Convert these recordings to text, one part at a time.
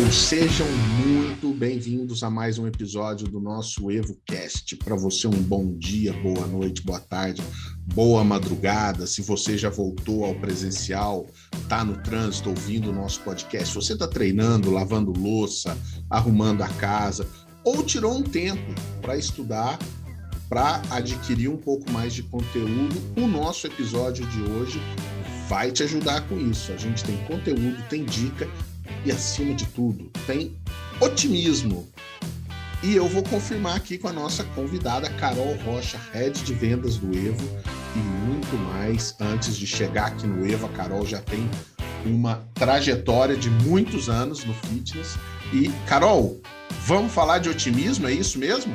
Sejam muito bem-vindos a mais um episódio do nosso EvoCast. Para você, um bom dia, boa noite, boa tarde, boa madrugada. Se você já voltou ao presencial, está no trânsito ouvindo o nosso podcast, se você está treinando, lavando louça, arrumando a casa, ou tirou um tempo para estudar, para adquirir um pouco mais de conteúdo, o nosso episódio de hoje vai te ajudar com isso. A gente tem conteúdo, tem dica e, acima de tudo, tem otimismo. E eu vou confirmar aqui com a nossa convidada, Carol Rocha, Head de Vendas do Evo, e muito mais. Antes de chegar aqui no Evo, a Carol já tem uma trajetória de muitos anos no fitness. E, Carol, vamos falar de otimismo, é isso mesmo?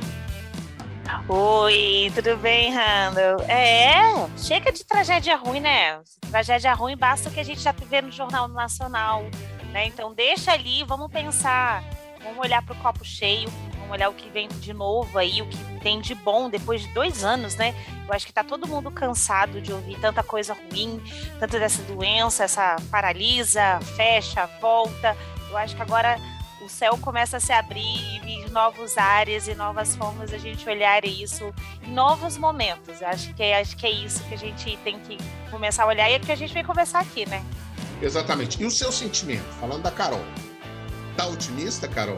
Oi, tudo bem, Randall? Chega de tragédia ruim, né? Tragédia ruim basta o que a gente já vê no Jornal Nacional, né? Então deixa ali, vamos pensar, vamos olhar para o copo cheio, vamos olhar o que vem de novo aí, o que tem de bom depois de 2 anos, né? Eu acho que tá todo mundo cansado de ouvir tanta coisa ruim, tanta dessa doença, essa paralisa, fecha, volta. Eu acho que agora o céu começa a se abrir e vir novos áreas e novas formas de a gente olhar isso em novos momentos. Acho que é isso que a gente tem que começar a olhar e é o que a gente vai conversar aqui, né? Exatamente. E o seu sentimento? Falando da Carol. Tá otimista, Carol?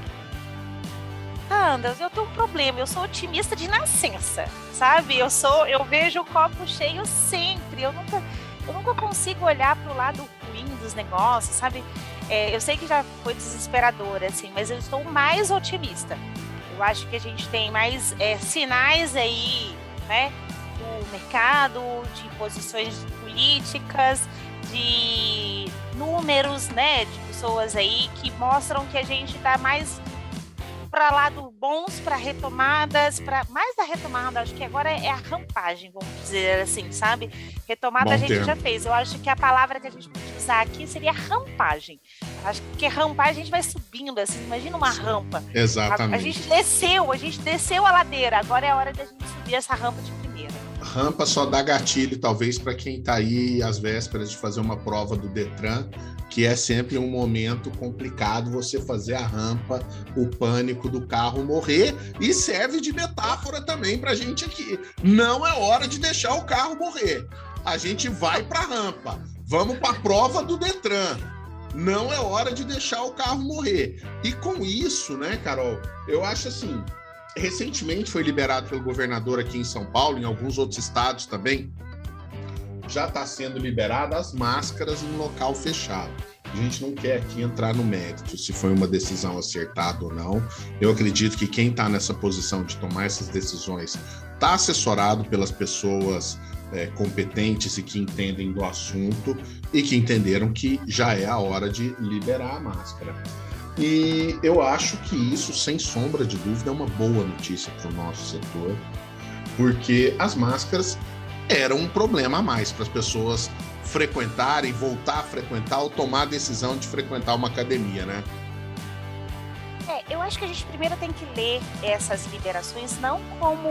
Anders, eu tenho um problema. Eu sou otimista de nascença, sabe? Eu vejo o copo cheio sempre. Eu nunca consigo olhar para o lado ruim dos negócios, sabe? Eu sei que já foi desesperador, assim, mas eu estou mais otimista. Eu acho que a gente tem mais sinais aí, né, do mercado, de posições políticas, de números, né, de pessoas aí que mostram que a gente está mais para lado bons, para retomadas, para mais da retomada, acho que agora é a rampagem, vamos dizer assim, sabe? Retomada a gente já fez. Eu acho que a palavra que a gente pode usar aqui seria rampagem. Acho que rampagem a gente vai subindo, assim, imagina uma rampa. Exatamente. A gente desceu a ladeira, agora é a hora de a gente subir essa rampa de primeira. Rampa só dá gatilho, talvez, para quem está aí às vésperas de fazer uma prova do Detran, que é sempre um momento complicado você fazer a rampa, o pânico do carro morrer, e serve de metáfora também para a gente aqui. Não é hora de deixar o carro morrer. A gente vai para a rampa, vamos para a prova do Detran. Não é hora de deixar o carro morrer. E com isso, né, Carol, eu acho assim, recentemente foi liberado pelo governador aqui em São Paulo, em alguns outros estados também, já está sendo liberada as máscaras em local fechado. A gente não quer aqui entrar no mérito se foi uma decisão acertada ou não. Eu acredito que quem está nessa posição de tomar essas decisões está assessorado pelas pessoas competentes e que entendem do assunto e que entenderam que já é a hora de liberar a máscara. E eu acho que isso, sem sombra de dúvida, é uma boa notícia para o nosso setor, porque as máscaras eram um problema a mais para as pessoas frequentarem, voltar a frequentar ou tomar a decisão de frequentar uma academia, né? Eu acho que a gente primeiro tem que ler essas liberações não como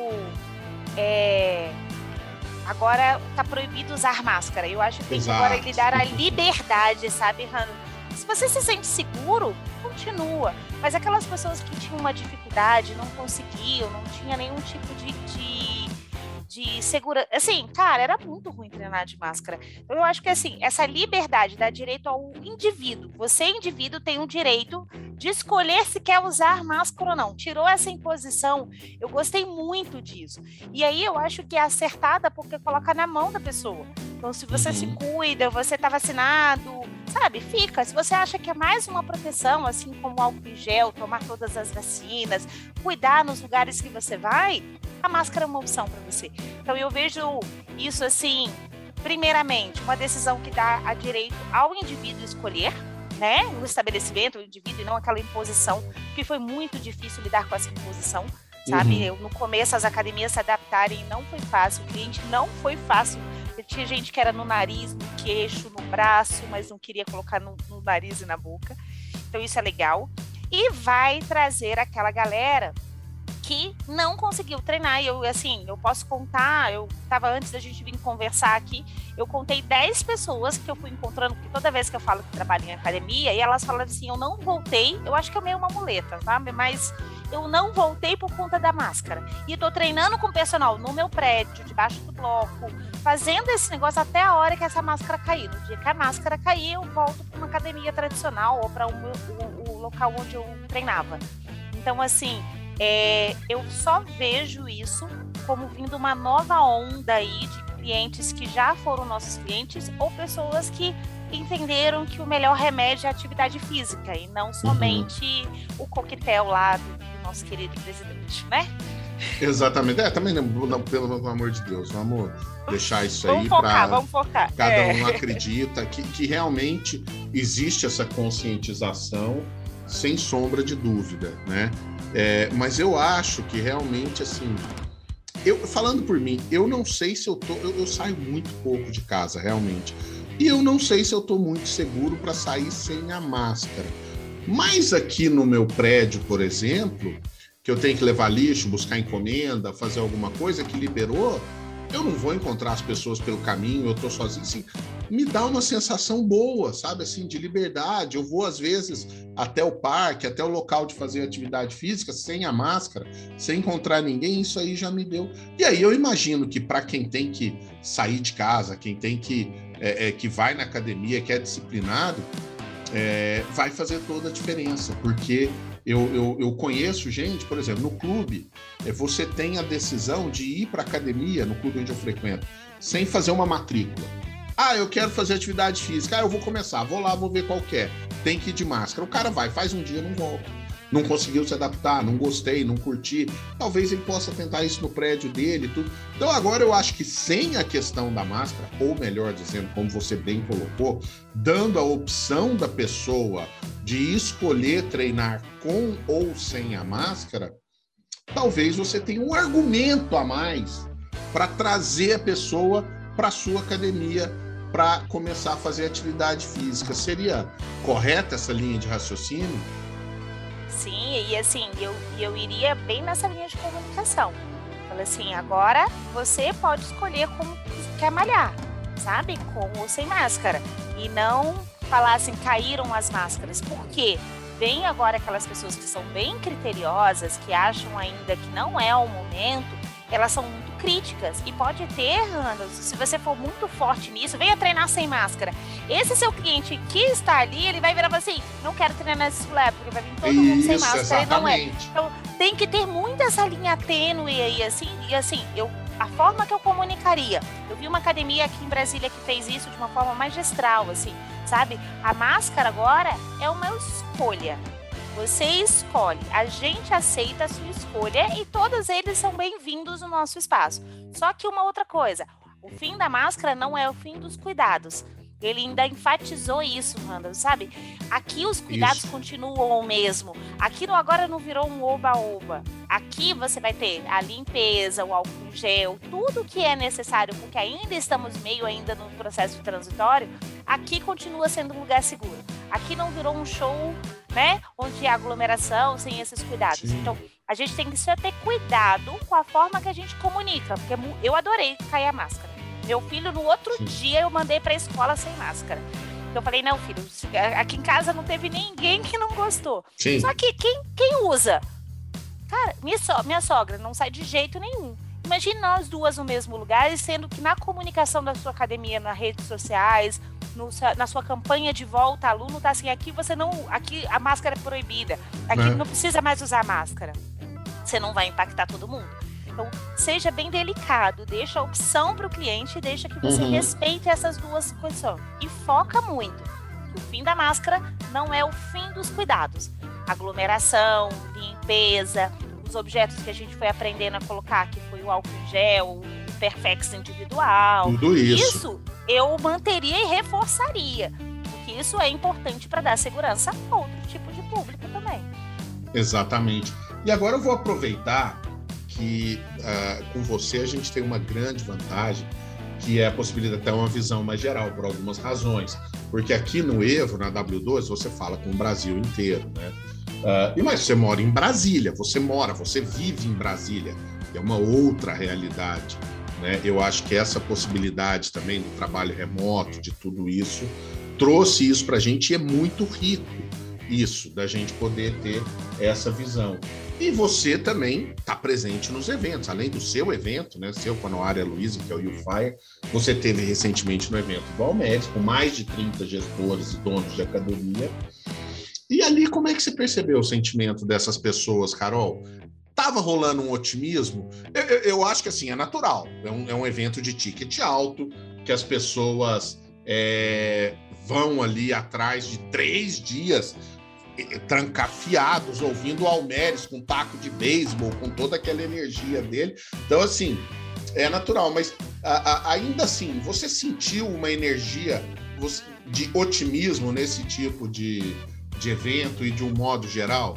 agora está proibido usar máscara. Eu acho que tem que agora lhe dar a liberdade, sabe, Hannah? Se você se sente seguro, continua. Mas aquelas pessoas que tinham uma dificuldade, não conseguiam, não tinha nenhum tipo de segurança. Assim, cara, era muito ruim treinar de máscara. Então, eu acho que, assim, essa liberdade dá direito ao indivíduo. Você, indivíduo, tem o direito de escolher se quer usar máscara ou não. Tirou essa imposição, eu gostei muito disso. E aí, eu acho que é acertada porque coloca na mão da pessoa. Então, se você se cuida, você está vacinado, sabe, fica. Se você acha que é mais uma proteção, assim como álcool em gel, tomar todas as vacinas, cuidar nos lugares que você vai, a máscara é uma opção para você. Então, eu vejo isso assim, primeiramente, uma decisão que dá a direito ao indivíduo escolher, né, o estabelecimento, o indivíduo, e não aquela imposição, porque foi muito difícil lidar com essa imposição, sabe? No começo, as academias se adaptarem, não foi fácil, o cliente não foi fácil. Tinha gente que era no nariz, no queixo, no braço, mas não queria colocar no nariz e na boca. Então, isso é legal. E vai trazer aquela galera que não conseguiu treinar. E eu posso contar, antes da gente vir conversar aqui, eu contei 10 pessoas que eu fui encontrando, porque toda vez que eu falo que trabalho em academia, e elas falam assim, eu não voltei, eu acho que é meio uma muleta, sabe? Mas eu não voltei por conta da máscara. E tô treinando com o personal no meu prédio, debaixo do bloco, fazendo esse negócio até a hora que essa máscara cair. No dia que a máscara cair, eu volto para uma academia tradicional ou para o local onde eu treinava. Então, assim, eu só vejo isso como vindo uma nova onda aí de clientes que já foram nossos clientes ou pessoas que entenderam que o melhor remédio é a atividade física e não somente o coquetel lá do nosso querido presidente, né? Exatamente. Também, não, pelo amor de Deus, vamos deixar isso aí para... Vamos focar. Cada um acredita que realmente existe essa conscientização, sem sombra de dúvida, né? Mas eu acho que realmente, assim... falando por mim, eu não sei se eu saio muito pouco de casa, realmente. E eu não sei se eu estou muito seguro para sair sem a máscara. Mas aqui no meu prédio, por exemplo, que eu tenho que levar lixo, buscar encomenda, fazer alguma coisa que liberou, eu não vou encontrar as pessoas pelo caminho, eu estou sozinho, assim, me dá uma sensação boa, sabe, assim, de liberdade. Eu vou, às vezes, até o parque, até o local de fazer atividade física, sem a máscara, sem encontrar ninguém, isso aí já me deu. E aí eu imagino que para quem tem que sair de casa, quem tem que vai na academia, que é disciplinado, vai fazer toda a diferença, porque eu conheço gente, por exemplo, no clube, você tem a decisão de ir para a academia, no clube onde eu frequento, sem fazer uma matrícula. Eu quero fazer atividade física, eu vou começar, vou lá, vou ver qual que é, tem que ir de máscara. O cara vai, faz um dia, não volta. Não conseguiu se adaptar, não gostei, não curti. Talvez ele possa tentar isso no prédio dele e tudo. Então agora eu acho que sem a questão da máscara, ou melhor dizendo, como você bem colocou, dando a opção da pessoa de escolher treinar com ou sem a máscara, talvez você tenha um argumento a mais para trazer a pessoa para a sua academia para começar a fazer atividade física. Seria correta essa linha de raciocínio? Sim, e assim, eu iria bem nessa linha de comunicação. Falei assim, agora você pode escolher como quer malhar, sabe? Com ou sem máscara. E não falar assim, caíram as máscaras. Por quê? Vem agora aquelas pessoas que são bem criteriosas, que acham ainda que não é o momento, elas são muito críticas. E pode ter, Randall, se você for muito forte nisso, venha treinar sem máscara. Esse seu cliente que está ali, ele vai virar e falar assim, não quero treinar nesse lab, porque vai vir todo mundo sem máscara. Não é. Então, tem que ter muito essa linha tênue aí, assim, e assim, a forma que eu comunicaria. Eu vi uma academia aqui em Brasília que fez isso de uma forma magistral, assim, sabe? A máscara agora é uma escolha. Você escolhe, a gente aceita a sua escolha e todos eles são bem-vindos no nosso espaço. Só que uma outra coisa, o fim da máscara não é o fim dos cuidados. Ele ainda enfatizou isso, Randall, sabe? Aqui os cuidados continuam o mesmo. Aqui agora não virou um oba-oba. Aqui você vai ter a limpeza, o álcool em gel, tudo que é necessário, porque ainda estamos ainda no processo transitório. Aqui continua sendo um lugar seguro. Aqui não virou um show, né, onde há aglomeração sem esses cuidados. Sim. Então, a gente tem que só ter cuidado com a forma que a gente comunica, porque eu adorei cair a máscara. Meu filho, no outro dia, eu mandei para a escola sem máscara. Eu falei, não, filho, aqui em casa não teve ninguém que não gostou. Sim. Só que quem usa? Cara, minha sogra não sai de jeito nenhum. Imagine nós duas no mesmo lugar, sendo que na comunicação da sua academia, nas redes sociais, na sua campanha de volta aluno, tá assim, aqui a máscara é proibida, aqui não precisa mais usar máscara. Você não vai impactar todo mundo. Então, seja bem delicado, deixa a opção para o cliente, deixa que você respeite essas duas condições. E foca muito. O fim da máscara não é o fim dos cuidados. Aglomeração, limpeza, os objetos que a gente foi aprendendo a colocar, que foi o álcool em gel, o Perfex individual. Tudo isso. Isso eu manteria e reforçaria, porque isso é importante para dar segurança a outro tipo de público também. Exatamente. E agora eu vou aproveitar que com você a gente tem uma grande vantagem, que é a possibilidade de ter uma visão mais geral, por algumas razões. Porque aqui no Evo, na W2, você fala com o Brasil inteiro, né? Mas você mora em Brasília, você vive em Brasília, é uma outra realidade, né? Eu acho que essa possibilidade também do trabalho remoto, de tudo isso, trouxe isso para a gente e é muito rico isso, da gente poder ter essa visão. E você também está presente nos eventos, além do seu evento, né? Seu com a Noara Luiza, que é o YouFire, você teve recentemente no evento do Almeres, com mais de 30 gestores e donos de academia. E ali, como é que você percebeu o sentimento dessas pessoas, Carol? Tava rolando um otimismo? Eu acho que assim, é natural. É um evento de ticket alto, que as pessoas vão ali atrás de 3 dias trancafiados, ouvindo o Almeres com taco de beisebol, com toda aquela energia dele. Então, assim, é natural. Mas ainda assim, você sentiu uma energia de otimismo nesse tipo de evento e de um modo geral?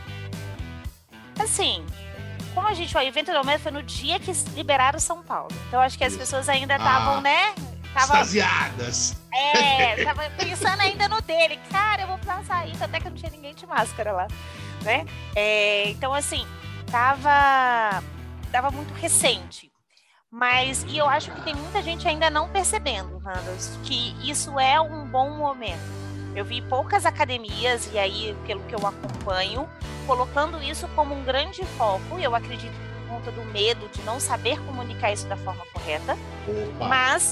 Assim, como a gente, o evento do Almeida foi no dia que liberaram São Paulo. Então, acho que as pessoas ainda estavam, né? Extasiadas. Tava pensando ainda no dele. Cara, eu vou passar isso, até que não tinha ninguém de máscara lá, né? Então, assim, tava muito recente. E eu acho que tem muita gente ainda não percebendo, Randall, que isso é um bom momento. Eu vi poucas academias, e aí, pelo que eu acompanho, colocando isso como um grande foco. Eu acredito por conta do medo de não saber comunicar isso da forma correta. Opa.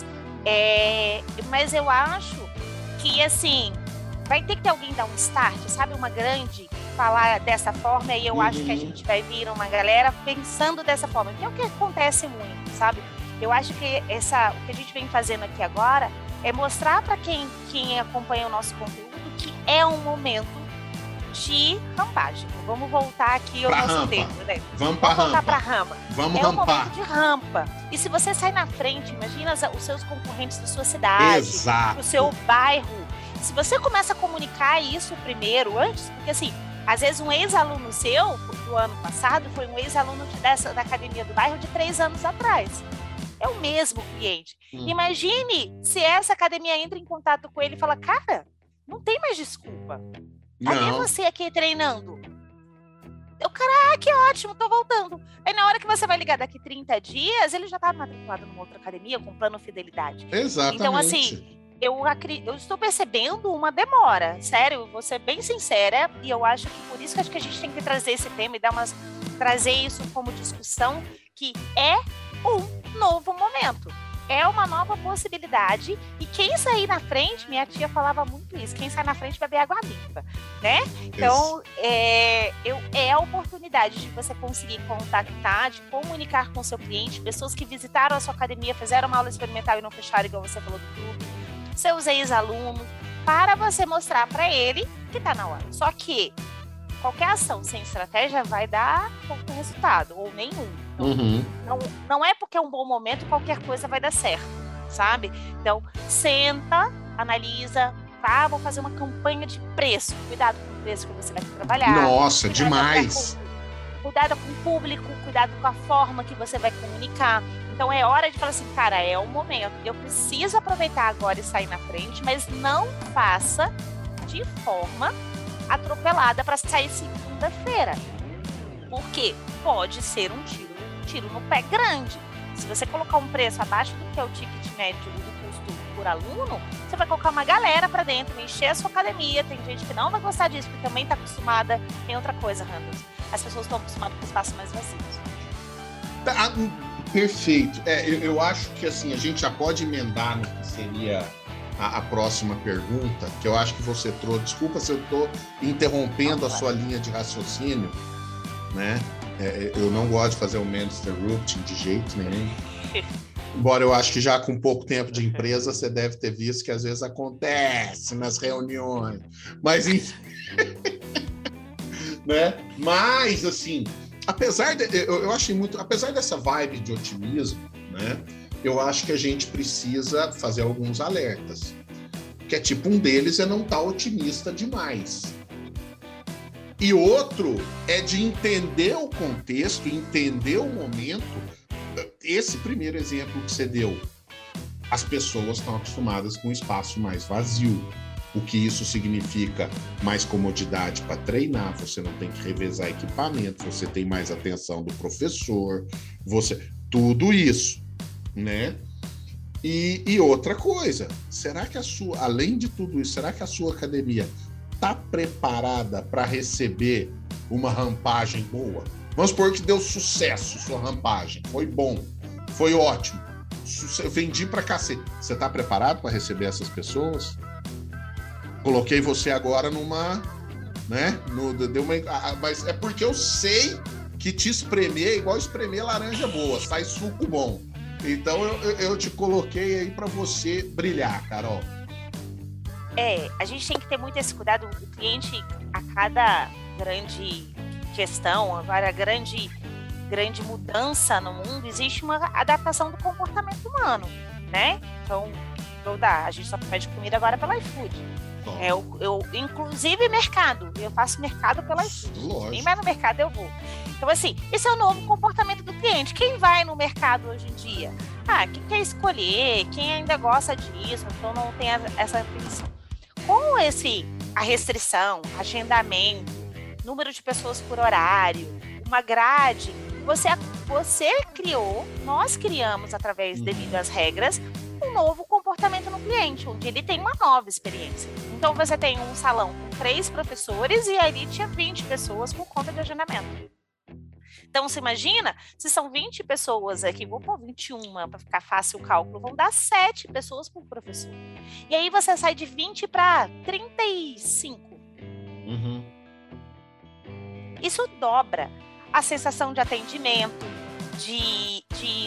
Mas eu acho que, assim, vai ter que ter alguém dar um start, sabe? Uma grande falar dessa forma, e eu acho que a gente vai vir uma galera pensando dessa forma, que é o que acontece muito, sabe? Eu acho que o que a gente vem fazendo aqui agora é mostrar para quem acompanha o nosso conteúdo que é um momento de rampagem. Vamos voltar aqui ao nosso tempo, né? Vamos voltar para rampa. Vamos rampar. Um momento de rampa. E se você sai na frente, imagina os seus concorrentes da sua cidade, do seu bairro. Se você começa a comunicar isso primeiro, antes, porque assim, às vezes um ex-aluno seu, do ano passado, foi um ex-aluno da academia do bairro de 3 anos atrás. É o mesmo cliente. Imagine se essa academia entra em contato com ele e fala, cara, não tem mais desculpa. Cadê você aqui treinando? Cara, que ótimo, tô voltando. Aí na hora que você vai ligar daqui 30 dias, ele já tá matriculado numa outra academia com plano fidelidade. Exatamente. Então, assim, eu estou percebendo uma demora. Sério, vou ser bem sincera, e eu acho que por isso que acho que a gente tem que trazer esse tema e trazer isso como discussão, que é um novo momento. É uma nova possibilidade, e quem sair na frente, minha tia falava muito isso, quem sai na frente vai beber água limpa, né? Então, é a oportunidade de você conseguir contactar, de comunicar com o seu cliente, pessoas que visitaram a sua academia, fizeram uma aula experimental e não fecharam, igual você falou do clube, seus ex-alunos, para você mostrar para ele que está na hora. Só que qualquer ação sem estratégia vai dar pouco resultado, ou nenhum. Não é porque é um bom momento, qualquer coisa vai dar certo, sabe? Então, senta, analisa, vou fazer uma campanha de preço. Cuidado com o preço que você vai trabalhar. Nossa, demais! Cuidado com o público, cuidado com a forma que você vai comunicar. Então, é hora de falar assim, cara, é o momento. Eu preciso aproveitar agora e sair na frente, mas não faça de forma atropelada para sair segunda-feira. Porque pode ser um tiro no pé grande. Se você colocar um preço abaixo do que é o ticket médio do custo por aluno, você vai colocar uma galera para dentro, encher a sua academia. Tem gente que não vai gostar disso, porque também está acostumada em outra coisa, Randall. As pessoas estão acostumadas com espaços mais vazios. Perfeito. Eu acho que assim, a gente já pode emendar no que seria a próxima pergunta, que eu acho que você trouxe. Desculpa se eu estou interrompendo a sua linha de raciocínio, né? Eu não gosto de fazer o men's interrupting de jeito nenhum. Embora eu acho que já com pouco tempo de empresa, você deve ter visto que às vezes acontece nas reuniões. Mas, enfim. Né? Mas, assim, apesar dessa vibe de otimismo, né? Eu acho que a gente precisa fazer alguns alertas. Que é tipo, um deles é não estar otimista demais. E outro é de entender o contexto, entender o momento. Esse primeiro exemplo que você deu, as pessoas estão acostumadas com um espaço mais vazio. O que isso significa? Mais comodidade para treinar, você não tem que revezar equipamento, você tem mais atenção do professor, tudo isso, né? E outra coisa, será que além de tudo isso, será que a sua academia está preparada para receber uma rampagem boa? Vamos supor que deu sucesso sua rampagem, foi bom, foi ótimo, eu vendi para cacete. Você está preparado para receber essas pessoas? Coloquei você agora numa, né? Mas é porque eu sei que te espremer é igual espremer laranja boa, sai suco bom. Então eu te coloquei aí para você brilhar, Carol. A gente tem que ter muito esse cuidado. O cliente, a cada grande questão, agora grande mudança no mundo, existe uma adaptação do comportamento humano, né? Então, a gente só pede comida agora pela iFood. Inclusive mercado, eu faço mercado pela iFood. Nem vai no mercado eu vou. Então, assim, esse é o novo comportamento do cliente. Quem vai no mercado hoje em dia? Quem quer escolher, quem ainda gosta disso, então não tem essa aflição. Com a restrição, agendamento, número de pessoas por horário, uma grade, você criou, nós criamos devido às regras, um novo comportamento no cliente, onde ele tem uma nova experiência. Então, você tem um salão com 3 professores e ali tinha 20 pessoas por conta de agendamento. Então, você imagina, se são 20 pessoas aqui, vou pôr 21 para ficar fácil o cálculo, vão dar 7 pessoas por professor. E aí você sai de 20 para 35. Uhum. Isso dobra a sensação de atendimento, de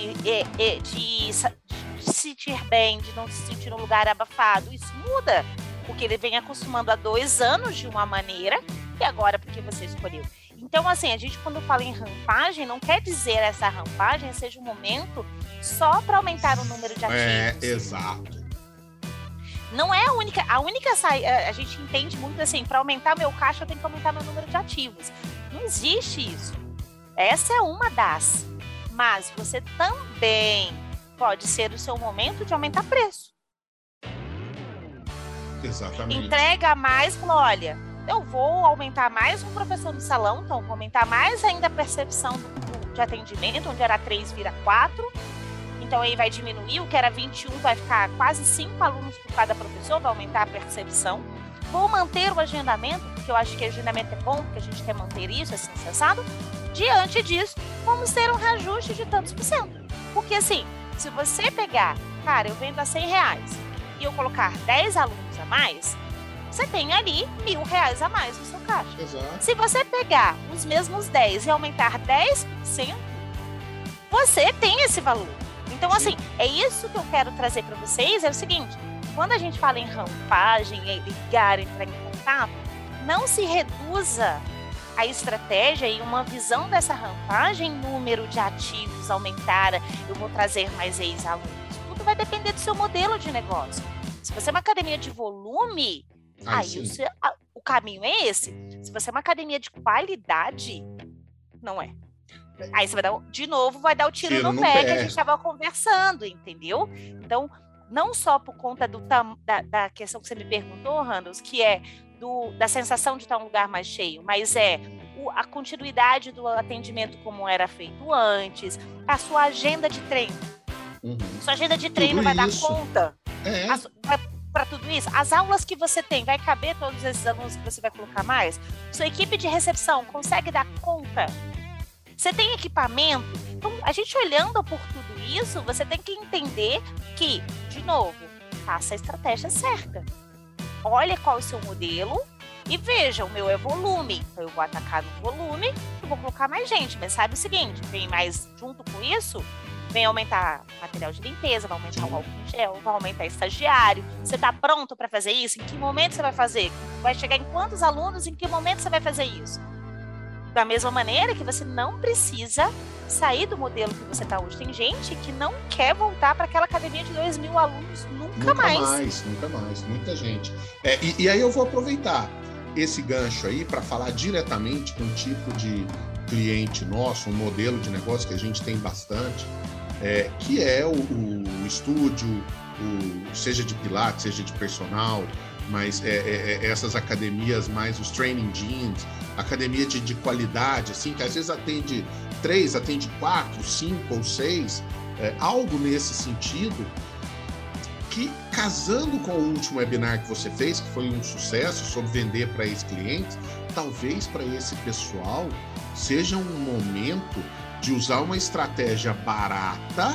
se sentir bem, de não se sentir num lugar abafado. Isso muda, porque ele vem acostumando há 2 anos de uma maneira e agora porque você escolheu. Então, assim, a gente quando fala em rampagem, não quer dizer essa rampagem seja um momento só para aumentar o número de ativos. Exato. Não é a única saída. A gente entende muito assim, para aumentar meu caixa eu tenho que aumentar meu número de ativos. Não existe isso. Essa é uma das. Mas você também pode ser o seu momento de aumentar preço. Exatamente. Entrega mais, fala, olha, eu vou aumentar mais um professor no salão, então vou aumentar mais ainda a percepção de atendimento, onde era 3 vira 4. Então aí vai diminuir, o que era 21 vai ficar quase 5 alunos por cada professor, vai aumentar a percepção. Vou manter o agendamento, porque eu acho que o agendamento é bom, porque a gente quer manter isso, assim, sensado. Diante disso, vamos ter um reajuste de tantos por cento. Porque assim, se você pegar, cara, eu vendo a R$100 e eu colocar 10 alunos a mais, você tem ali R$1.000 a mais no seu caixa. Exato. Se você pegar os mesmos 10 e aumentar 10%, você tem esse valor. Então, assim, é isso que eu quero trazer para vocês, é o seguinte, quando a gente fala em rampagem, em ligar, entrar em contato, não se reduza a estratégia e uma visão dessa rampagem, número de ativos aumentar, eu vou trazer mais ex-alunos. Tudo vai depender do seu modelo de negócio. Se você é uma academia de volume, o caminho é esse. Se você é uma academia de qualidade, não é. Aí você vai dar o tiro no pé que a gente estava conversando, entendeu? Então, não só por conta da questão que você me perguntou, Randall, que é da sensação de estar um lugar mais cheio, mas a continuidade do atendimento como era feito antes, a sua agenda de treino. Uhum. Sua agenda de treino vai dar conta para tudo isso? As aulas que você tem, vai caber todos esses alunos que você vai colocar mais? Sua equipe de recepção consegue dar conta? Você tem equipamento? Então, a gente olhando por tudo isso, você tem que entender que, de novo, faça a estratégia certa. Olha qual é o seu modelo e veja, o meu é volume. Então, eu vou atacar no volume e vou colocar mais gente. Mas sabe o seguinte, vem mais junto com isso, vem aumentar material de limpeza, vai aumentar o álcool em gel, vai aumentar estagiário. Você está pronto para fazer isso? Em que momento você vai fazer? Vai chegar em quantos alunos? Em que momento você vai fazer isso? Da mesma maneira que você não precisa sair do modelo que você está hoje. Tem gente que não quer voltar para aquela academia de 2.000 alunos nunca mais. Nunca mais, muita gente. E aí eu vou aproveitar esse gancho aí para falar diretamente com um tipo de cliente nosso, um modelo de negócio que a gente tem bastante, que é o estúdio, seja de pilates, seja de personal, mas essas academias mais os training gyms, academia de qualidade, assim, que às vezes atende 3, atende 4, 5 ou 6, algo nesse sentido, que casando com o último webinar que você fez, que foi um sucesso, sobre vender para ex-clientes, talvez para esse pessoal seja um momento de usar uma estratégia barata,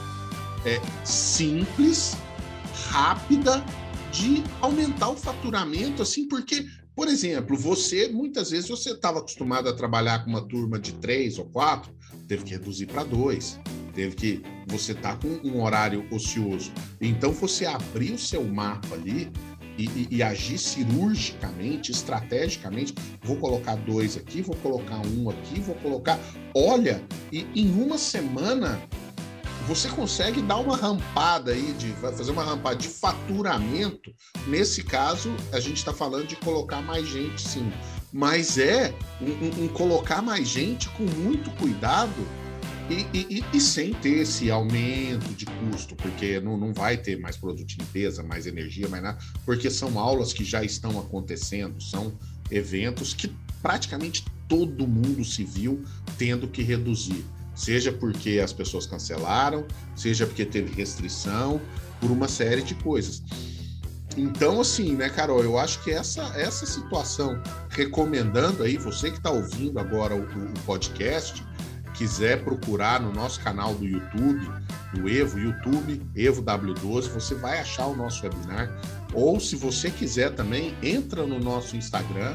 simples, rápida, de aumentar o faturamento, assim, porque, por exemplo, muitas vezes você estava acostumado a trabalhar com uma turma de 3 ou 4, teve que reduzir para 2, você tá com um horário ocioso. Então, você abrir o seu mapa ali e agir cirurgicamente, estrategicamente, vou colocar 2 aqui, vou colocar 1 aqui, olha, e em uma semana você consegue dar uma rampada aí, fazer uma rampada de faturamento. Nesse caso, a gente está falando de colocar mais gente, sim. Mas um colocar mais gente com muito cuidado e sem ter esse aumento de custo, porque não vai ter mais produto de limpeza, mais energia, mais nada, porque são aulas que já estão acontecendo, são eventos que praticamente todo mundo se viu tendo que reduzir. Seja porque as pessoas cancelaram, seja porque teve restrição, por uma série de coisas. Então, assim, né, Carol, eu acho que essa situação, recomendando aí, você que está ouvindo agora o podcast, quiser procurar no nosso canal do YouTube, do YouTube, Evo W12, você vai achar o nosso webinar. Ou, se você quiser também, entra no nosso Instagram,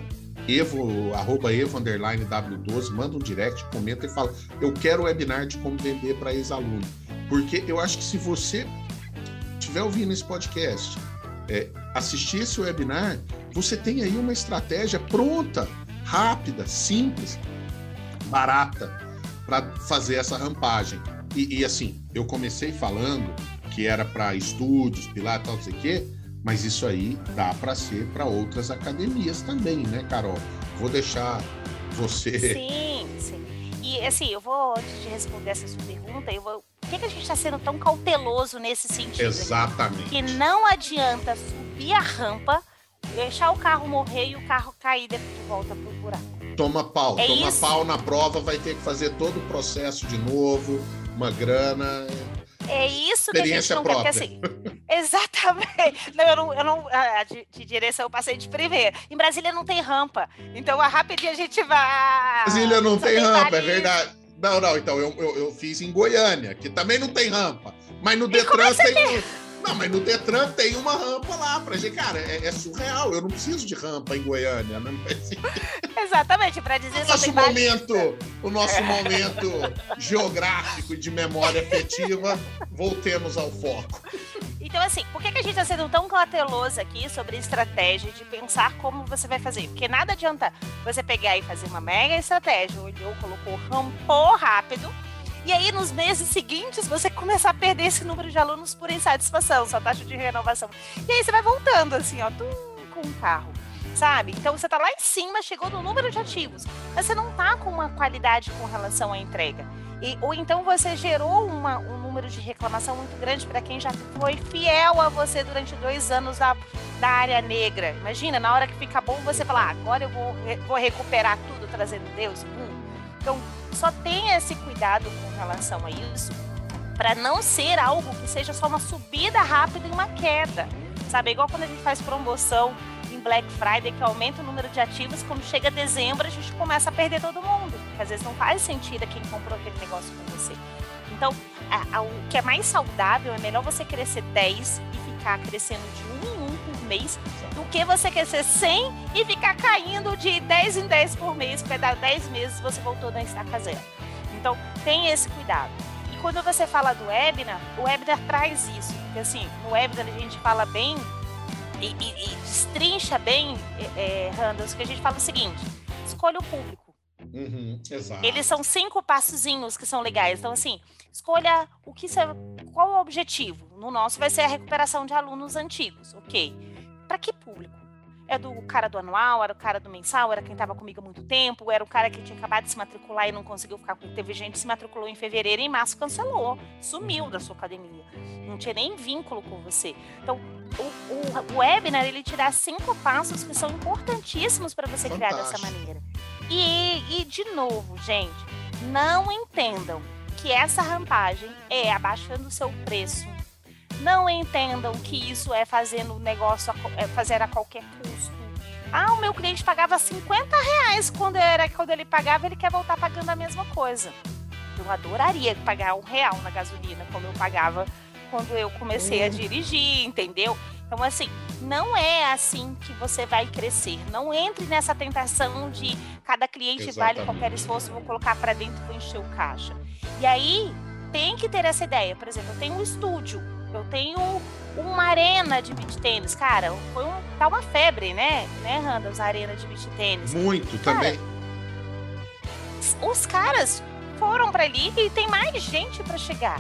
@evo_W12, manda um direct, comenta e fala: eu quero o webinar de como vender para ex-aluno. Porque eu acho que se você estiver ouvindo esse podcast, assistir esse webinar, você tem aí uma estratégia pronta, rápida, simples, barata, para fazer essa rampagem. E assim, eu comecei falando que era para estúdios, pilates, tal, não sei o quê, mas isso aí dá para ser para outras academias também, né, Carol? Vou deixar você... Sim. E assim, eu vou, antes de responder essa sua pergunta, por que a gente está sendo tão cauteloso nesse sentido? Exatamente. Que não adianta subir a rampa, deixar o carro morrer e o carro cair de volta pro buraco. Toma pau na prova, vai ter que fazer todo o processo de novo, uma grana... É isso que a gente não quer, porque assim... Exatamente. Não, eu não de direção eu passei de primeira. Em Brasília não tem rampa, então rapidinho a gente vai... Brasília não tem rampa, é verdade. Não, então eu fiz em Goiânia, que também não tem rampa, mas no Detran tem... Não, mas no Detran tem uma rampa lá pra gente. Cara, é surreal. Eu não preciso de rampa em Goiânia. Não é assim. Exatamente, para dizer o nosso momento geográfico e de memória afetiva, voltemos ao foco. Então, assim, por que a gente está sendo tão cauteloso aqui sobre estratégia de pensar como você vai fazer? Porque nada adianta você pegar e fazer uma mega estratégia, olhou, colocou, rampou rápido, e aí, nos meses seguintes, você começar a perder esse número de alunos por insatisfação, sua taxa de renovação. E aí, você vai voltando, assim, ó, com um carro, sabe? Então, você tá lá em cima, chegou no número de ativos, mas você não tá com uma qualidade com relação à entrega. Ou então, você gerou um número de reclamação muito grande para quem já foi fiel a você durante 2 anos da área negra. Imagina, na hora que fica bom, você fala: agora eu vou recuperar tudo, trazendo Deus. Então, só tenha esse cuidado com relação a isso, para não ser algo que seja só uma subida rápida e uma queda, sabe? Igual quando a gente faz promoção em Black Friday, que aumenta o número de ativos, quando chega dezembro a gente começa a perder todo mundo, porque às vezes não faz sentido a quem comprou aquele negócio com você. Então, o que é mais saudável é melhor você crescer 10 e ficar crescendo de 1 em 1 por mês, do que você crescer 100 e ficar caindo de 10 em 10 por mês, porque dar 10 meses você voltou na estaca zero. Então, tenha esse cuidado. E quando você fala do webinar, o webinar traz isso. Porque assim, no webinar a gente fala bem e destrincha bem, Randall, que a gente fala o seguinte: escolha o público. Exato. Eles são 5 passozinhos que são legais. Então, assim, escolha qual o objetivo. No nosso vai ser a recuperação de alunos antigos, ok? Para que público? é do cara do anual, era o cara do mensal, era quem estava comigo há muito tempo, era o cara que tinha acabado de se matricular e não conseguiu ficar comigo. Teve gente que se matriculou em fevereiro e em março cancelou, sumiu da sua academia. Não tinha nem vínculo com você. Então, o webinar, ele te dá 5 passos que são importantíssimos para você criar dessa maneira. E, de novo, gente, não entendam que essa rampagem é abaixando o seu preço. Não entendam que isso é fazendo o negócio, fazer a qualquer custo. O meu cliente pagava R$50 quando ele pagava, ele quer voltar pagando a mesma coisa. Eu adoraria pagar R$1 na gasolina, como eu pagava quando eu comecei a dirigir, entendeu? Então, assim, não é assim que você vai crescer. Não entre nessa tentação de cada cliente vale qualquer esforço, vou colocar para dentro e vou encher o caixa. E aí, tem que ter essa ideia. Por exemplo, eu tenho um estúdio, eu tenho uma arena de beach tênis. Cara, tá uma febre, né, Randa, as arenas de beach tênis. Muito, cara, também. Os caras foram para ali e tem mais gente para chegar.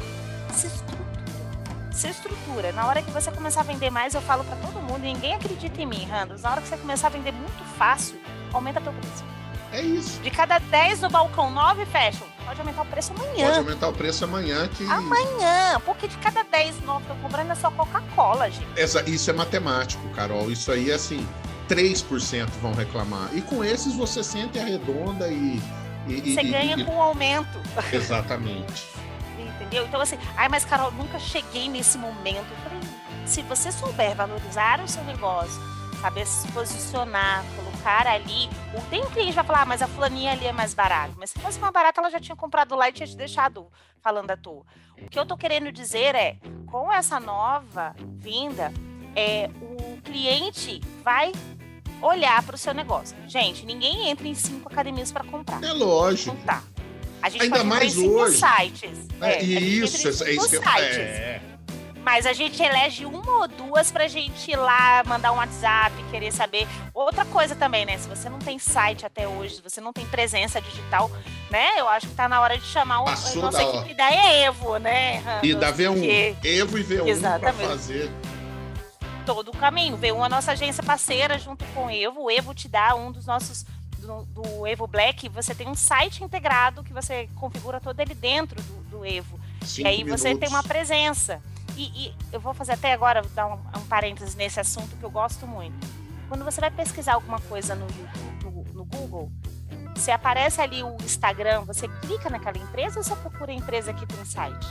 Se estrutura. Na hora que você começar a vender mais, eu falo para todo mundo, e ninguém acredita em mim, Randa. Na hora que você começar a vender muito fácil, aumenta teu preço. É isso. De cada 10 no balcão, 9 fecham. Pode aumentar o preço amanhã. Pode aumentar o preço amanhã. Amanhã. Porque de cada 10 novos que eu comprando é só Coca-Cola, gente. Isso é matemático, Carol. Isso aí, assim, 3% vão reclamar. E com esses você sente arredonda e você ganha com o aumento. Exatamente. Entendeu? Então, assim, mas Carol, nunca cheguei nesse momento. Eu falei, se você souber valorizar o seu negócio, saber se posicionar, colocar ali. Tem um cliente que vai falar, mas a fulaninha ali é mais barata. Mas se fosse mais barata, ela já tinha comprado lá e tinha te deixado falando à toa. O que eu tô querendo dizer é, com essa nova vinda, o cliente vai olhar para o seu negócio. Gente, ninguém entra em 5 academias para comprar. É lógico. Não tá. A gente ainda pode mais em hoje. Sites. Isso que sites. Mas a gente elege 1 ou 2 pra gente ir lá, mandar um WhatsApp, querer saber. Outra coisa também, né? Se você não tem site até hoje, se você não tem presença digital, né? Eu acho que tá na hora de chamar a nossa equipe da Evo, né? E da V1. Evo e V1 para fazer todo o caminho. V1 a nossa agência parceira junto com o Evo. O Evo te dá um dos nossos... do Evo Black, você tem um site integrado que você configura todo ele dentro do Evo. E aí você tem uma presença. E eu vou fazer até agora, dar um parênteses nesse assunto que eu gosto muito. Quando você vai pesquisar alguma coisa no Google, se aparece ali o Instagram, você clica naquela empresa ou você procura a empresa que tem site?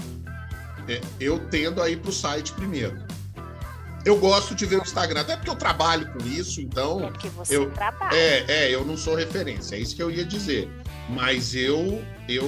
Eu tendo a ir para o site primeiro. Eu gosto de ver o Instagram, até porque eu trabalho com isso, então... É porque você trabalha. Eu não sou referência, é isso que eu ia dizer. Mas eu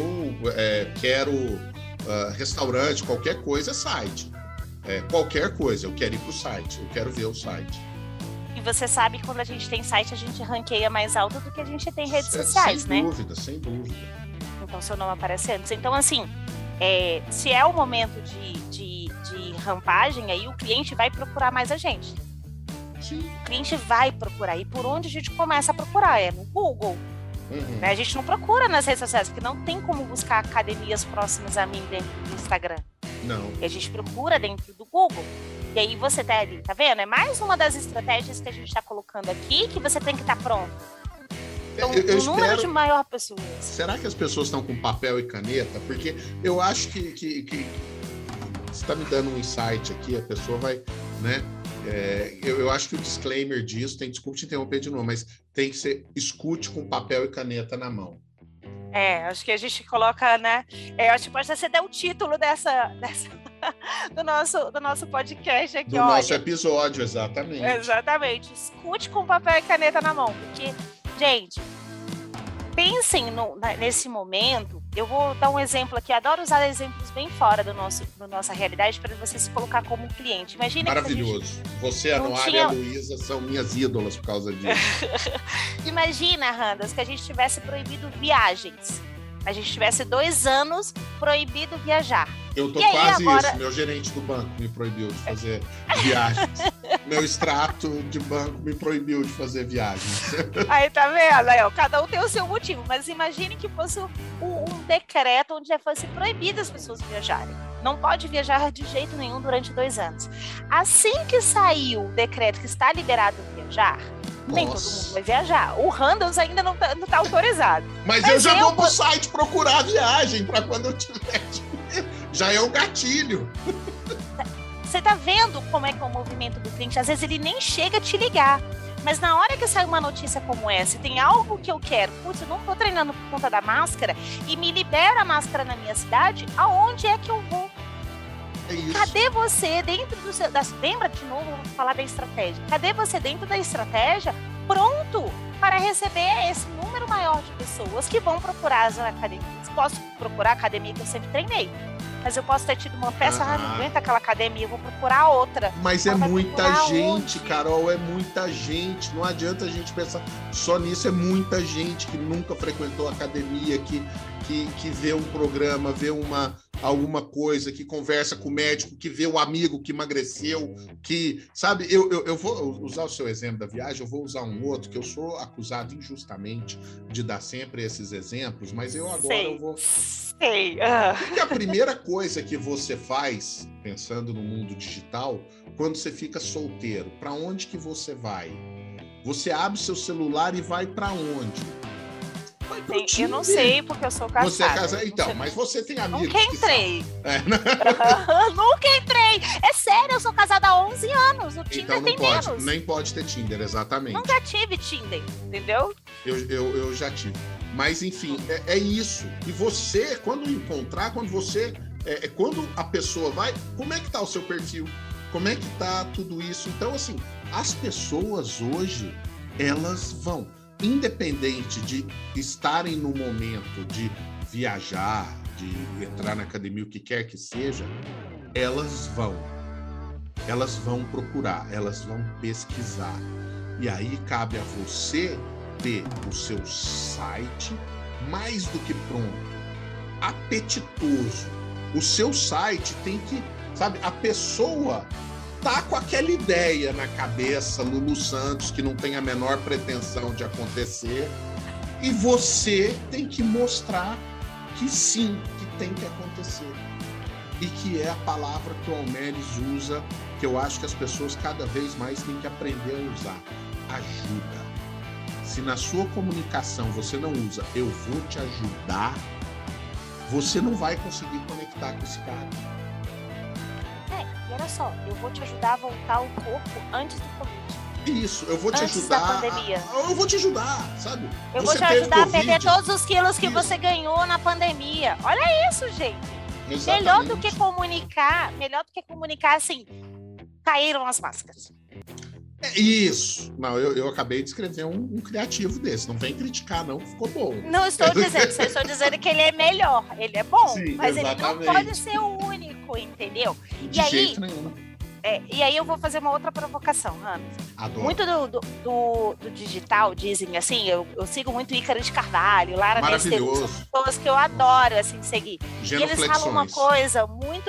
quero... restaurante, qualquer coisa, site. Qualquer coisa, eu quero ir pro site, eu quero ver o site. E você sabe que quando a gente tem site, a gente ranqueia mais alto do que a gente tem redes sociais, né? Sem dúvida. Então, seu nome aparece antes. Então, assim, se é o momento de rampagem, aí o cliente vai procurar mais a gente. Sim. O cliente vai procurar. E por onde a gente começa a procurar? É no Google. Uhum. A gente não procura nas redes sociais, porque não tem como buscar academias próximas a mim dentro do Instagram. Não. E a gente procura dentro do Google. E aí você tá ali, tá vendo? É mais uma das estratégias que a gente tá colocando aqui, que você tem que estar pronto. Então, o número de maior pessoas. Será que as pessoas estão com papel e caneta? Porque eu acho que você está me dando um insight aqui, a pessoa vai, né? Eu acho que o disclaimer disso, desculpa te interromper de novo, mas tem que ser escute com papel e caneta na mão. Acho que a gente coloca, né? Acho que pode ser até o título do nosso podcast aqui. Nosso episódio, exatamente. Exatamente. Escute com papel e caneta na mão, porque, gente, pensem nesse momento. Eu vou dar um exemplo aqui, adoro usar exemplos bem fora da nossa realidade para você se colocar como cliente. Imagina. Maravilhoso. Você, a Noara e a Luísa são minhas ídolas por causa disso. Imagina, Randas, que a gente tivesse proibido viagens. A gente tivesse 2 anos proibido viajar. Eu tô quase agora... isso. Meu gerente do banco me proibiu de fazer viagens. Meu extrato de banco me proibiu de fazer viagens. Aí, tá vendo? Aí, cada um tem o seu motivo. Mas imagine que fosse um decreto onde já fosse proibido as pessoas viajarem. não pode viajar de jeito nenhum durante 2 anos. Assim que saiu o decreto que está liberado viajar, nem todo mundo vai viajar. O Randalls ainda não tá autorizado. Mas eu já vou pro site procurar a viagem para quando eu tiver. Já é o gatilho. Você tá vendo como é que é o movimento do cliente? Às vezes ele nem chega a te ligar. Mas na hora que sai uma notícia como essa, tem algo que eu quero, putz, eu não tô treinando por conta da máscara, e me libera a máscara na minha cidade, aonde é que eu vou? É isso. Cadê você dentro do seu... Lembra de novo, vou falar da estratégia. Cadê você dentro da estratégia, pronto para receber esse número maior de pessoas que vão procurar as academias? Posso procurar a academia que eu sempre treinei, mas eu posso ter tido uma peça, não aguento aquela academia, eu vou procurar outra. Mas é muita gente, Carol, é muita gente. Não adianta a gente pensar só nisso, é muita gente que nunca frequentou academia, que vê um programa, vê alguma coisa, que conversa com o médico, que vê o amigo que emagreceu, que, sabe, eu vou usar o seu exemplo da viagem, eu vou usar um outro, que eu sou acusado injustamente de dar sempre esses exemplos, mas eu agora eu vou... Porque a primeira coisa que você faz, pensando no mundo digital, quando você fica solteiro, para onde que você vai? Você abre seu celular e vai para onde? Eu não sei, porque eu sou casada. Você é casada? Então, mas você tem amigos. Nunca entrei. Nunca entrei. É sério, eu sou casada há 11 anos. O Tinder então tem menos. Nem pode ter Tinder, exatamente. Nunca tive Tinder, entendeu? Eu já tive. Mas, enfim, é isso. E você, quando encontrar, quando a pessoa vai, como é que tá o seu perfil? Como é que tá tudo isso? Então, assim, as pessoas hoje, elas vão, independente de estarem no momento de viajar, de entrar na academia, o que quer que seja, elas vão procurar, elas vão pesquisar. E aí cabe a você ter o seu site mais do que pronto, apetitoso. O seu site tem que, sabe, a pessoa tá com aquela ideia na cabeça, Lulu Santos, que não tem a menor pretensão de acontecer, e você tem que mostrar que sim, que tem que acontecer. E que é a palavra que o Almeres usa, que eu acho que as pessoas cada vez mais têm que aprender a usar: ajuda. Se na sua comunicação você não usa "eu vou te ajudar", você não vai conseguir conectar com esse cara. E olha só, eu vou te ajudar a voltar ao corpo antes do Covid. Isso, eu vou te antes ajudar. Da pandemia. Eu vou te ajudar, sabe? Eu vou te ajudar a perder todos os quilos que você ganhou na pandemia. Olha isso, gente. Exatamente. Melhor do que comunicar assim, caíram as máscaras. É isso. Não, eu acabei de escrever um criativo desse. Não vem criticar, não, ficou bom. Não estou dizendo, só estou dizendo que ele é melhor. Ele é bom, sim, mas exatamente. Ele não pode ser o único, entendeu? De jeito nenhum. E aí eu vou fazer uma outra provocação, Ana. Adoro. Muito do digital, dizem assim, eu sigo muito Ícaro de Carvalho, Lara Besteiro, são pessoas que eu adoro assim, seguir. E eles falam uma coisa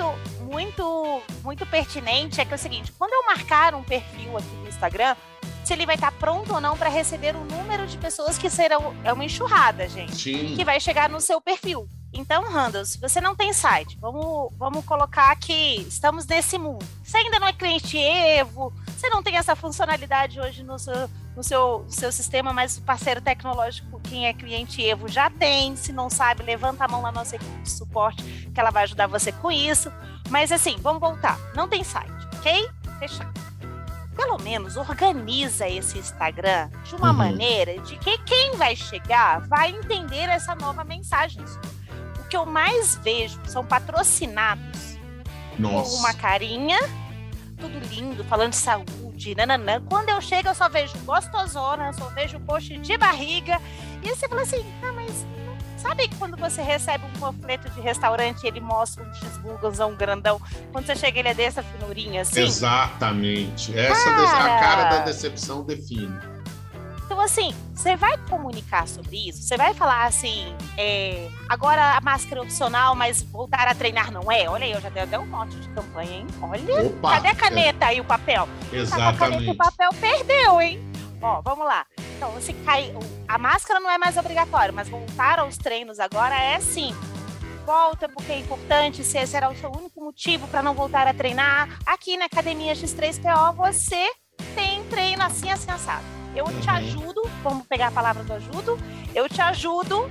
muito pertinente, é que é o seguinte: quando eu marcar um perfil aqui no Instagram, se ele vai estar pronto ou não para receber o número de pessoas que serão, é uma enxurrada, gente, sim, que vai chegar no seu perfil. Então, Randall, se você não tem site, vamos colocar que estamos nesse mundo. Você ainda não é cliente Evo, você não tem essa funcionalidade hoje no seu sistema, mas o parceiro tecnológico, quem é cliente Evo, já tem. Se não sabe, levanta a mão na nossa equipe de suporte, que ela vai ajudar você com isso. Mas assim, vamos voltar. Não tem site, ok? Fechado. Pelo menos organiza esse Instagram de uma maneira de que quem vai chegar vai entender essa nova mensagem. O que eu mais vejo são patrocinados. Nossa. Com uma carinha, tudo lindo, falando de saúde, nananã. Quando eu chego, eu só vejo gostosona, só vejo post de barriga. E você fala assim, mas sabe quando você recebe um panfleto de restaurante e ele mostra um cheeseburgerzão grandão? Quando você chega, ele é dessa finurinha assim? Exatamente. A cara da decepção define. Então, assim, você vai comunicar sobre isso? Você vai falar assim, agora a máscara é opcional, mas voltar a treinar não é? Olha aí, eu já dei até um mote de campanha, hein? Olha, opa, cadê a caneta e o papel? Exatamente. A caneta e o papel perdeu, hein? Ó, vamos lá. Então, a máscara não é mais obrigatória, mas voltar aos treinos agora é sim. volta porque é importante, se esse era o seu único motivo para não voltar a treinar, aqui na Academia X3PO você tem treino assim assado. Eu te ajudo, vamos pegar a palavra do ajudo, eu te ajudo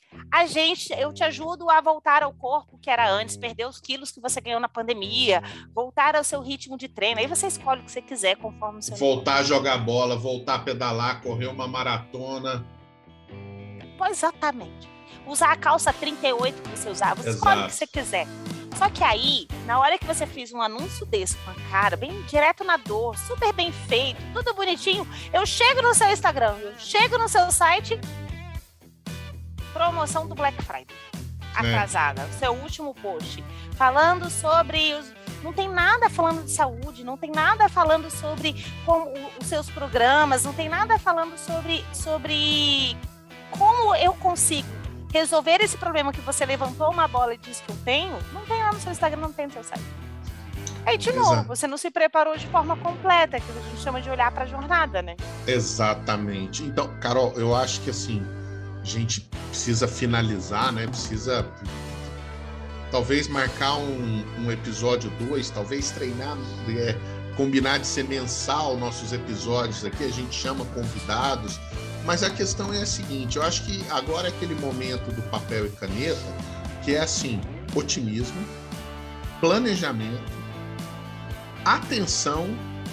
a voltar ao corpo que era antes, perder os quilos que você ganhou na pandemia, voltar ao seu ritmo de treino. Aí você escolhe o que você quiser conforme o seu voltar a jogar bola, voltar a pedalar, correr uma maratona. Exatamente. Usar a calça 38 que você usava, você escolhe o que você quiser. Só que aí, na hora que você fez um anúncio desse com a cara, bem direto na dor, super bem feito, tudo bonitinho, eu chego no seu Instagram, eu chego no seu site, promoção do Black Friday, atrasada, o seu último post, falando sobre não tem nada falando de saúde, não tem nada falando sobre como os seus programas, não tem nada falando sobre como eu consigo resolver esse problema que você levantou uma bola e disse que eu tenho. Não tem lá no seu Instagram, não tem no seu site. Aí, de novo, você não se preparou de forma completa, que a gente chama de olhar para a jornada, né? Exatamente. Então, Carol, eu acho que assim, a gente precisa finalizar, né? Precisa talvez marcar um episódio 2, talvez treinar, combinar de ser mensal nossos episódios aqui, a gente chama convidados. Mas a questão é a seguinte, eu acho que agora é aquele momento do papel e caneta, que é assim, otimismo, planejamento, atenção,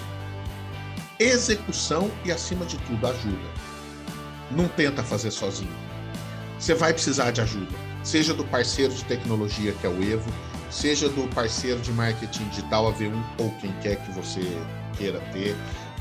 execução e, acima de tudo, ajuda. Não tenta fazer sozinho. Você vai precisar de ajuda, seja do parceiro de tecnologia, que é o Evo, seja do parceiro de marketing digital, a V1, ou quem quer que você queira ter,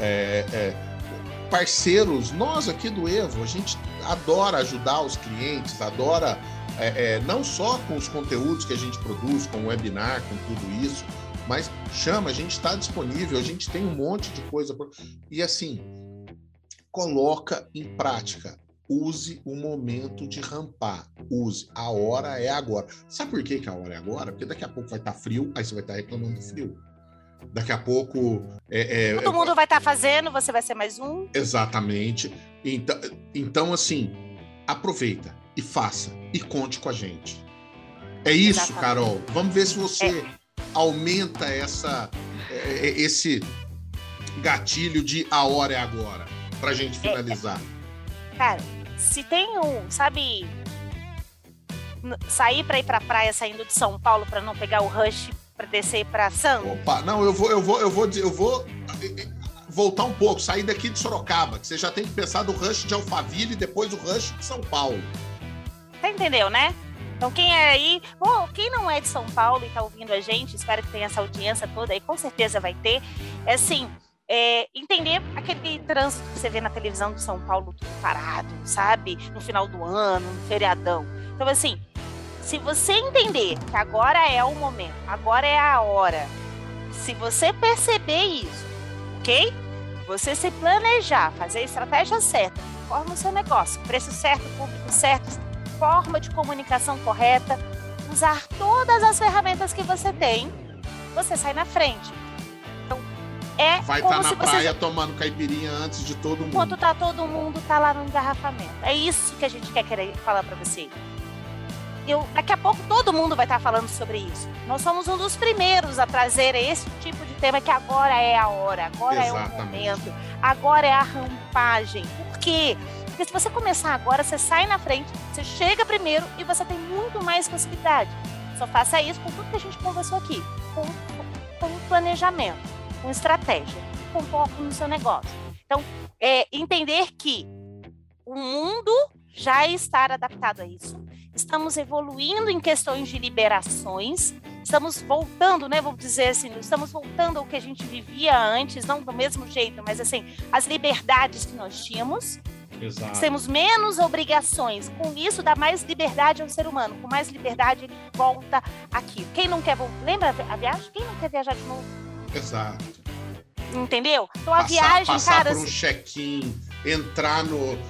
parceiros, nós aqui do Evo, a gente adora ajudar os clientes, adora não só com os conteúdos que a gente produz, com o webinar, com tudo isso, mas chama, a gente está disponível, a gente tem um monte de coisa. E assim, coloca em prática, use o momento de rampar, use, a hora é agora. Sabe por que a hora é agora? Porque daqui a pouco vai estar frio, aí você vai estar reclamando do frio. Daqui a pouco... todo mundo vai estar fazendo, você vai ser mais um. Exatamente. Então, assim, aproveita e faça e conte com a gente. É isso, exatamente. Carol. Vamos ver se você aumenta esse gatilho de a hora é agora, pra gente finalizar. Cara, se tem sabe, sair para ir pra praia saindo de São Paulo para não pegar o rush para descer para Santos? Opa, não, eu vou voltar um pouco, sair daqui de Sorocaba, que você já tem que pensar do rush de Alphaville e depois do rush de São Paulo. Tá entendeu, né? Então quem é aí, quem não é de São Paulo e tá ouvindo a gente, espero que tenha essa audiência toda aí, com certeza vai ter, assim, entender aquele trânsito que você vê na televisão de São Paulo tudo parado, sabe? No final do ano, no feriadão. Então assim, se você entender que agora é o momento, agora é a hora, se você perceber isso, ok? Você se planejar, fazer a estratégia certa, forma o seu negócio, preço certo, público certo, forma de comunicação correta, usar todas as ferramentas que você tem, você sai na frente. Então, vai estar na praia tomando caipirinha antes de todo mundo. Enquanto todo mundo tá lá no engarrafamento. É isso que a gente querer falar para você. Daqui a pouco todo mundo vai estar falando sobre isso. Nós somos um dos primeiros a trazer esse tipo de tema, que agora é a hora, agora exatamente. É o momento, agora é a rampagem. Por quê? Porque se você começar agora, você sai na frente, você chega primeiro e você tem muito mais possibilidade. Só faça isso com tudo que a gente conversou aqui, com planejamento, com estratégia, com foco no seu negócio. Então, entender que o mundo já está adaptado a isso. Estamos evoluindo em questões de liberações, estamos voltando, né, vamos dizer assim, estamos voltando ao que a gente vivia antes, não do mesmo jeito, mas assim, as liberdades que nós tínhamos. Exato. Temos menos obrigações, com isso dá mais liberdade ao ser humano, com mais liberdade ele volta aqui. Quem não quer voltar, lembra a viagem? Quem não quer viajar de novo? Exato. Entendeu? Então a viagem, passar por um check-in, entrar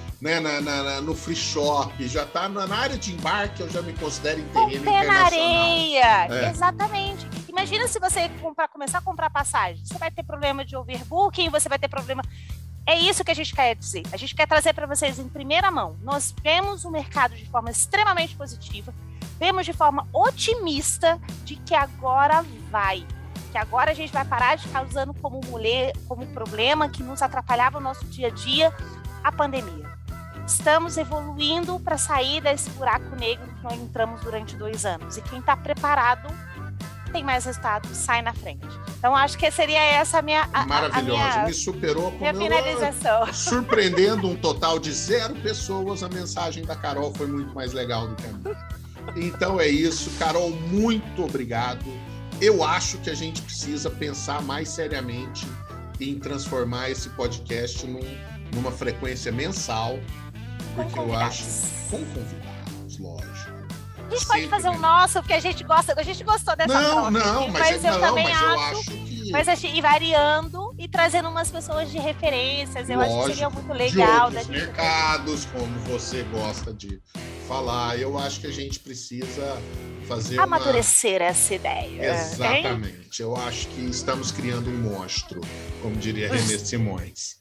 no free shop, já tá na área de embarque, eu já me considero em terreno internacional. Na areia, exatamente. Imagina se você começar a comprar passagem, você vai ter problema de overbooking, você vai ter problema... É isso que a gente quer dizer. A gente quer trazer para vocês em primeira mão. Nós vemos o mercado de forma extremamente positiva, vemos de forma otimista de que agora vai. Que agora a gente vai parar de ficar usando como problema que nos atrapalhava o nosso dia a dia, a pandemia. Estamos evoluindo para sair desse buraco negro que nós entramos durante 2 anos. E quem está preparado tem mais resultados, sai na frente. Então, acho que seria essa a minha... Maravilhosa, me superou com minha finalização. Surpreendendo um total de 0 pessoas, a mensagem da Carol foi muito mais legal do que a minha. Então é isso, Carol, muito obrigado. Eu acho que a gente precisa pensar mais seriamente em transformar esse podcast numa frequência mensal, porque eu acho... Com convidados, lógico. A gente pode fazer o nosso, porque a gente gostou dessa troca. Mas eu acho que... Mas ir variando e trazendo umas pessoas de referências, eu acho que seria muito legal. De outros mercados, como você gosta de falar, eu acho que a gente precisa fazer amadurecer essa ideia. Exatamente. Eu acho que estamos criando um monstro, como diria René Simões.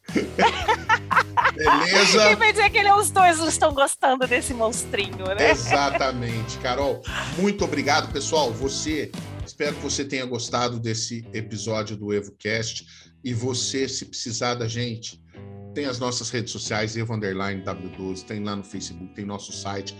Beleza? E vai dizer que os dois não estão gostando desse monstrinho, né? Exatamente, Carol. Muito obrigado, pessoal. Espero que você tenha gostado desse episódio do EvoCast. E você, se precisar da gente, tem as nossas redes sociais, evo_w12, tem lá no Facebook, tem nosso site,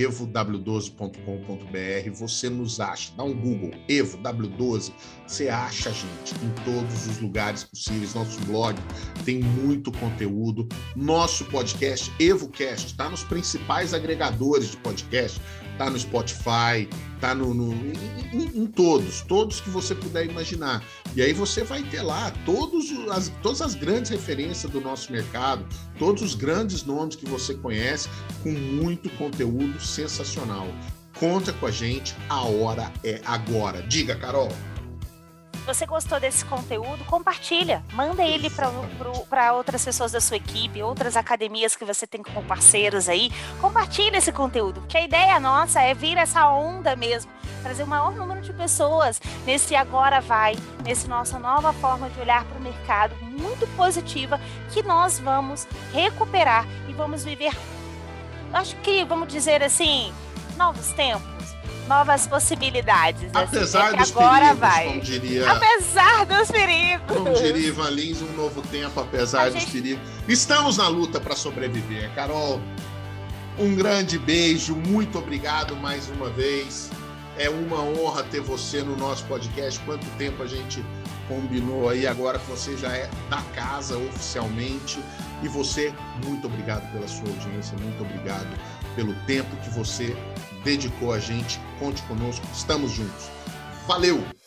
evow12.com.br. Você nos acha, dá um Google, Evo W12, você acha a gente em todos os lugares possíveis. Nosso blog tem muito conteúdo. Nosso podcast, EvoCast, está nos principais agregadores de podcast, está no Spotify, está em todos que você puder imaginar. E aí você vai ter lá todas as grandes referências do nosso mercado, todos os grandes nomes que você conhece, com muito conteúdo sensacional. Conta com a gente, a hora é agora. Diga, Carol. Se você gostou desse conteúdo, compartilha. Manda ele para outras pessoas da sua equipe, outras academias que você tem como parceiros aí. Compartilha esse conteúdo, porque a ideia nossa é vir essa onda mesmo, trazer o maior número de pessoas nesse agora vai, nesse nossa nova forma de olhar para o mercado, muito positiva, que nós vamos recuperar e vamos viver, acho que, vamos dizer assim, novos tempos. Novas possibilidades. Apesar dos agora perigos, vai. Como diria... Apesar dos perigos. Como diria Ivan Lins, um novo tempo, apesar dos perigos. Estamos na luta para sobreviver. Carol, um grande beijo, muito obrigado mais uma vez. É uma honra ter você no nosso podcast. Quanto tempo a gente combinou aí, agora que você já é da casa oficialmente. E você, muito obrigado pela sua audiência, muito obrigado pelo tempo que você dedicou a gente. Conte conosco, estamos juntos. Valeu!